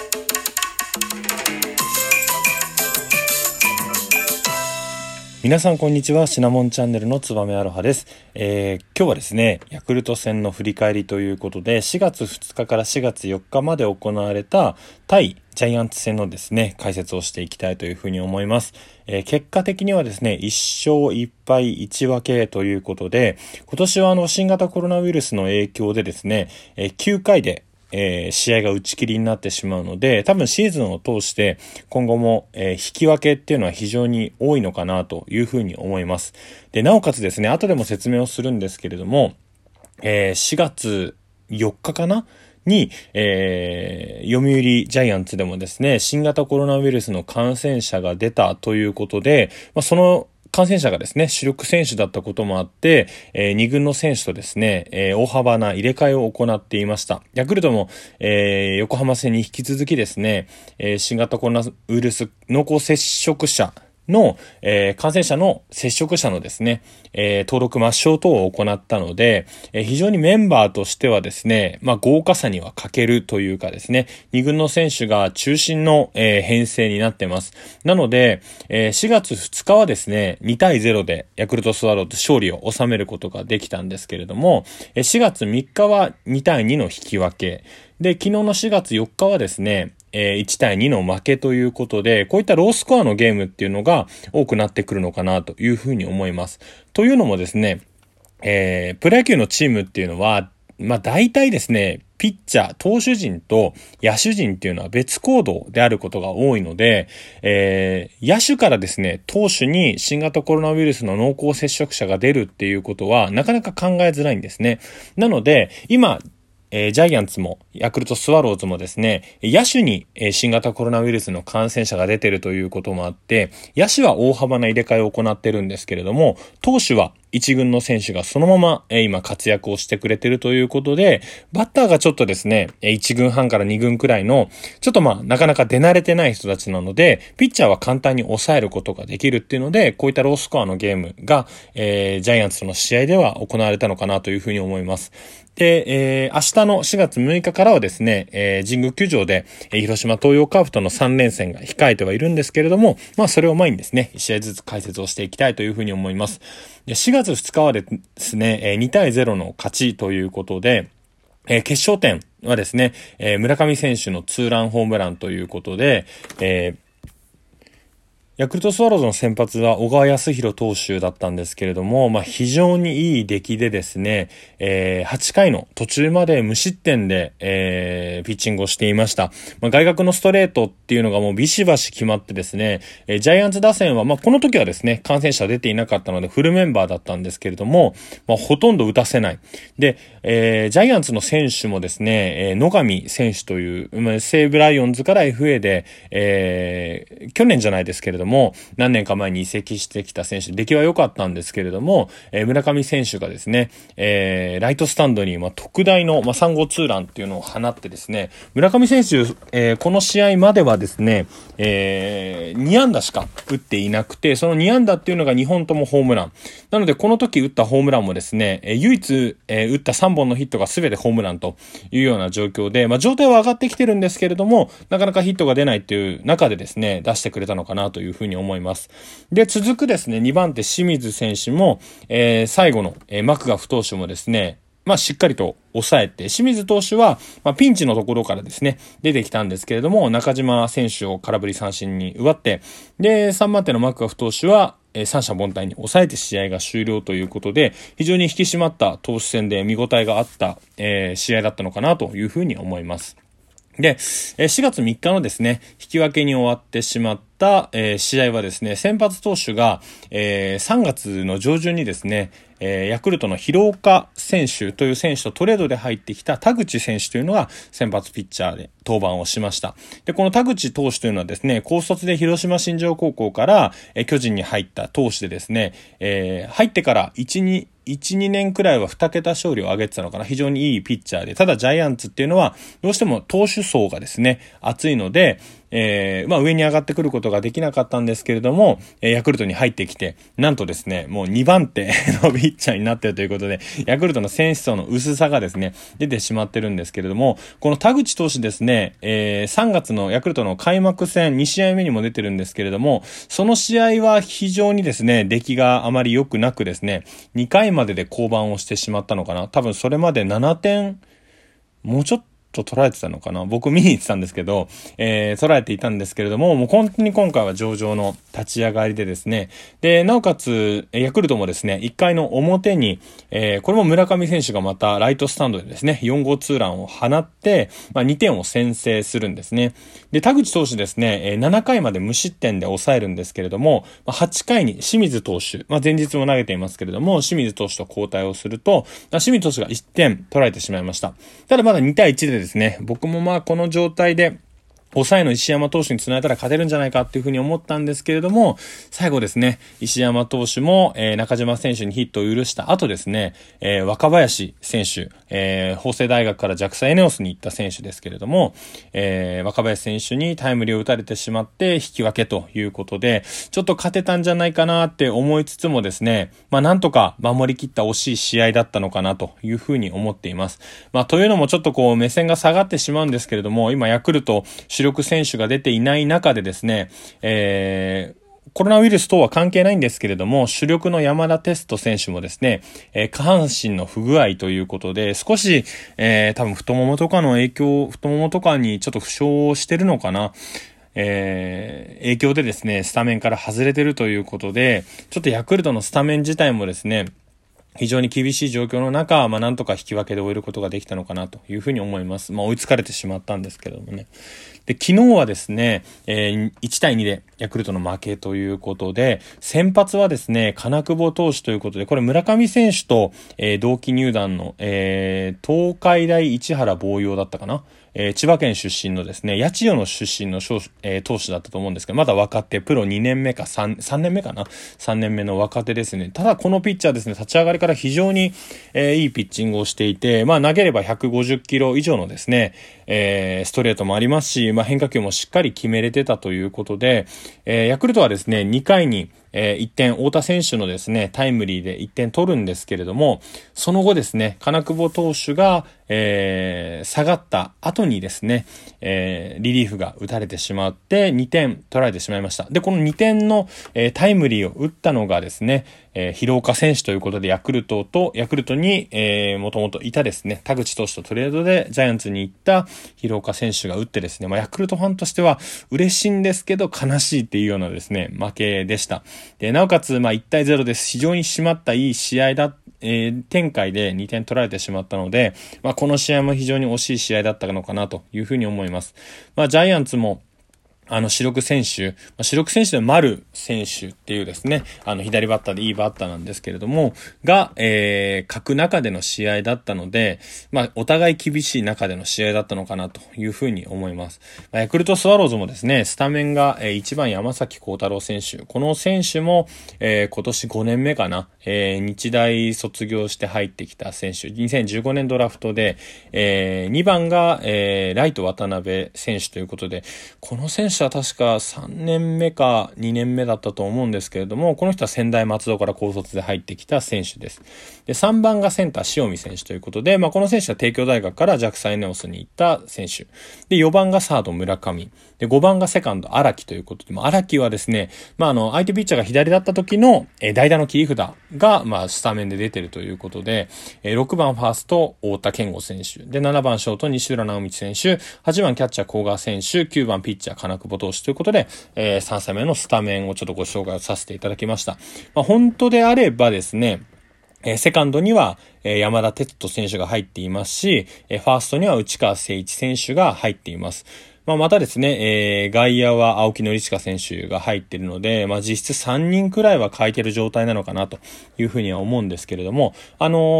皆さんこんにちは。シナモンチャンネルのつばめアロハです。今日はですね、ヤクルト戦の振り返りということで、4月2日から4月4日まで行われた対ジャイアンツ戦のですね、解説をしていきたいというふうに思います。結果的にはですね、1勝1敗1分けということで、今年は新型コロナウイルスの影響でですね、9回で試合が打ち切りになってしまうので、多分シーズンを通して今後も、引き分けっていうのは非常に多いのかなというふうに思います。で、なおかつですね、後でも説明をするんですけれども、4月4日かなに、読売ジャイアンツでもですね、新型コロナウイルスの感染者が出たということで、その感染者がですね、主力選手だったこともあって、2軍の選手とですね、大幅な入れ替えを行っていました。ヤクルトも、横浜戦に引き続きですね、新型コロナウイルス濃厚接触者の、感染者の接触者のですね、登録抹消等を行ったので、非常にメンバーとしてはですね、豪華さには欠けるというかですね、2軍の選手が中心の、編成になってます。なので、4月2日はですね、2対0でヤクルトスワローズ勝利を収めることができたんですけれども、4月3日は2対2の引き分け。で、昨日の4月4日はですね、1対2の負けということで、こういったロースコアのゲームっていうのが多くなってくるのかなというふうに思います。というのもですね、プロ野球のチームっていうのは、大体ですね、ピッチャー、投手陣と野手陣っていうのは別行動であることが多いので、野手からですね、投手に新型コロナウイルスの濃厚接触者が出るっていうことはなかなか考えづらいんですね。なので、今、ジャイアンツもヤクルトスワローズもですね、野手に新型コロナウイルスの感染者が出ているということもあって、野手は大幅な入れ替えを行ってるんですけれども、投手は一軍の選手がそのまま今活躍をしてくれているということで、バッターがちょっとですね、1軍半から2軍くらいの、ちょっとなかなか出慣れてない人たちなので、ピッチャーは簡単に抑えることができるっていうので、こういったロースコアのゲームが、ジャイアンツとの試合では行われたのかなというふうに思います。で、明日の4月6日からはですね、神宮球場で、広島東洋カープとの3連戦が控えてはいるんですけれども、それを前にですね、1試合ずつ解説をしていきたいというふうに思います。で、4月2日はですね、2対0の勝ちということで、決勝点はですね、村上選手のツーランホームランということで、ヤクルトスワローズの先発は小川康弘投手だったんですけれども、非常にいい出来でですね、8回の途中まで無失点で、ピッチングをしていました。外角のストレートっていうのがもうビシバシ決まってですね、ジャイアンツ打線は、この時はですね、感染者出ていなかったのでフルメンバーだったんですけれども、ほとんど打たせない。で、ジャイアンツの選手もですね、野上選手という、西武ライオンズから FA で、去年じゃないですけれども、何年か前に移籍してきた選手、出来は良かったんですけれども、村上選手がですね、ライトスタンドに特大の、3号ツーランっていうのを放ってですね、村上選手、この試合まではですね、2安打しか打っていなくて、その2安打っていうのが2本ともホームラン。なので、この時打ったホームランもですね、唯一、打った3本のヒットが全てホームランというような状況で、状態は上がってきてるんですけれども、なかなかヒットが出ないっていう中でですね、出してくれたのかなというふうに思います。で、続くですね、2番手清水選手も、最後の、マクガフ投手もですね、しっかりと抑えて、清水投手は、ピンチのところからですね、出てきたんですけれども、中島選手を空振り三振に奪って、で、3番手のマクガフ投手は、三者凡退に抑えて試合が終了ということで、非常に引き締まった投手戦で見応えがあった、試合だったのかなというふうに思います。で、4月3日のですね、引き分けに終わってしまった、試合はですね、先発投手が、3月の上旬にですね、ヤクルトの廣岡選手という選手とトレードで入ってきた田口選手というのが先発ピッチャーで登板をしました。で、この田口投手というのはですね、高卒で広島新庄高校から、巨人に入った投手でですね、入ってから1、2年くらいは2桁勝利を挙げてたのかな。非常にいいピッチャーで、ただジャイアンツっていうのはどうしても投手層がですね、厚いので、 上に上がってくることができなかったんですけれども、ヤクルトに入ってきて、なんとですね、もう2番手のピッチャーになっているということで、ヤクルトの選手層の薄さがですね、出てしまってるんですけれども、この田口投手ですね、3月のヤクルトの開幕戦2試合目にも出てるんですけれども、その試合は非常にですね、出来があまり良くなくですね、2回までで降板をしてしまったのかな。多分それまで7点、もうちょっと捉えてたのかな。僕見に行ってたんですけど、捉えていたんですけれども、もう本当に今回は上々の立ち上がりでですね、で、なおかつ、ヤクルトもですね、1回の表に、これも村上選手がまたライトスタンドでですね、4号ツーランを放って、2点を先制するんですね。で、田口投手ですね、7回まで無失点で抑えるんですけれども、8回に清水投手、前日も投げていますけれども、清水投手と交代をすると、清水投手が1点取られてしまいました。ただまだ2対1でですね、僕もこの状態で抑えの石山投手に繋いだら勝てるんじゃないかっていうふうに思ったんですけれども、最後ですね、石山投手も、中島選手にヒットを許した後ですね、若林選手、法政大学からジャクサエネオスに行った選手ですけれども、若林選手にタイムリーを打たれてしまって引き分けということで、ちょっと勝てたんじゃないかなって思いつつもですね、なんとか守り切った惜しい試合だったのかなというふうに思っています。というのもちょっと目線が下がってしまうんですけれども、今ヤクルト主力選手が出ていない中でですね、コロナウイルス等は関係ないんですけれども、主力の山田哲人選手もですね、下半身の不具合ということで、少し、多分太ももとかにちょっと負傷してるのかな。影響でですね、スタメンから外れてるということで、ちょっとヤクルトのスタメン自体もですね、非常に厳しい状況の中、なんとか引き分けで終えることができたのかなというふうに思います。追いつかれてしまったんですけれどもね。で、昨日はですね、1対2でヤクルトの負けということで、先発はですね、金久保投手ということで、これ村上選手と、同期入団の、東海大市原望洋だったかな。千葉県出身のですね、八千代の出身の投手だったと思うんですけど、まだ若手、プロ2年目か3年目かな ?3 年目の若手ですね。ただこのピッチャーですね、立ち上がりから非常に、いいピッチングをしていて、投げれば150キロ以上のですね、ストレートもありますし、変化球もしっかり決めれてたということで、ヤクルトはですね、2回に、1点、太田選手のですね、タイムリーで1点取るんですけれども、その後ですね、金久保投手が、下がった後にですね、リリーフが打たれてしまって2点取られてしまいました。で、この2点の、タイムリーを打ったのがですね、廣岡選手ということでヤクルトに、もともといたですね、田口投手とトレードでジャイアンツに行った廣岡選手が打ってですね、ヤクルトファンとしては嬉しいんですけど悲しいっていうようなですね、負けでした。で、なおかつ、1対0です。非常に締まったいい試合展開で2点取られてしまったので、この試合も非常に惜しい試合だったのかなというふうに思います。ジャイアンツも主力選手の丸選手っていうですね、左バッターでいいバッターなんですけれども、が、欠く中での試合だったので、お互い厳しい中での試合だったのかなというふうに思います。ヤクルトスワローズもですね、スタメンが、1番山崎幸太郎選手。この選手も、今年5年目かな、日大卒業して入ってきた選手。2015年ドラフトで、2番が、ライト渡辺選手ということで、この選手は確か3年目か2年目だったと思うんですけれども、この人は専大松戸から高卒で入ってきた選手です。で、3番がセンター塩見選手ということで、この選手は帝京大学からジャクサエネオスに行った選手。で、4番がサード村上。で、5番がセカンド荒木ということで、荒木はですね、相手ピッチャーが左だった時の、代打の切り札が、スタメンで出てるということで、6番ファースト太田健吾選手。で、7番ショート西浦直道選手。8番キャッチャー甲賀選手。9番ピッチャー金久保投手ということで、3戦目のスタメンをちょっとご紹介をさせていただきました。本当であればですね、セカンドには、山田哲人選手が入っていますし、ファーストには内川聖一選手が入っています。またですね、外野は青木宣親選手が入っているので、実質3人くらいは欠いてる状態なのかなというふうには思うんですけれども、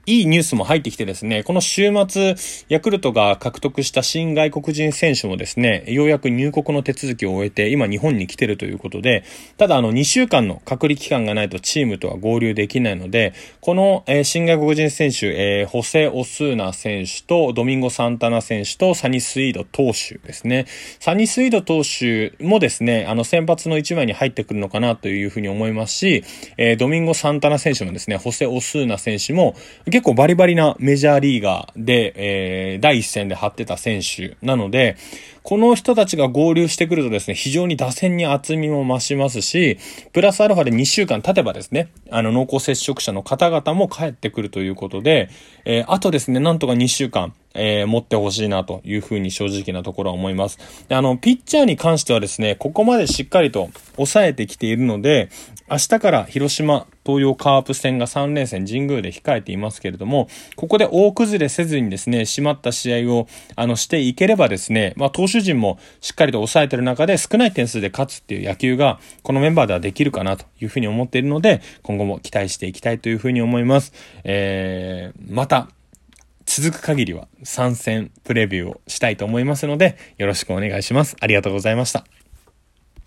いいニュースも入ってきてですね、この週末、ヤクルトが獲得した新外国人選手もですね、ようやく入国の手続きを終えて、今日本に来てるということで、ただ2週間の隔離期間がないとチームとは合流できないので、この、新外国人選手、ホセ・オスーナ選手とドミンゴ・サンタナ選手とサニスイード投手ですね。サニスイード投手もですね、先発の一枚に入ってくるのかなというふうに思いますし、ドミンゴ・サンタナ選手もですね、ホセ・オスーナ選手も結構バリバリなメジャーリーガーで、第一線で張ってた選手なので、この人たちが合流してくるとですね、非常に打線に厚みも増しますし、プラスアルファで2週間経てばですね、濃厚接触者の方々も帰ってくるということで、あとですね、なんとか2週間、持ってほしいなというふうに正直なところは思います。ピッチャーに関してはですね、ここまでしっかりと抑えてきているので、明日から広島、東洋カープ戦が3連戦神宮で控えていますけれども、ここで大崩れせずにですね、締まった試合をしていければですね、投手陣もしっかりと抑えている中で少ない点数で勝つっていう野球がこのメンバーではできるかなというふうに思っているので、今後も期待していきたいというふうに思います。また続く限りは参戦プレビューをしたいと思いますので、よろしくお願いします。ありがとうございました。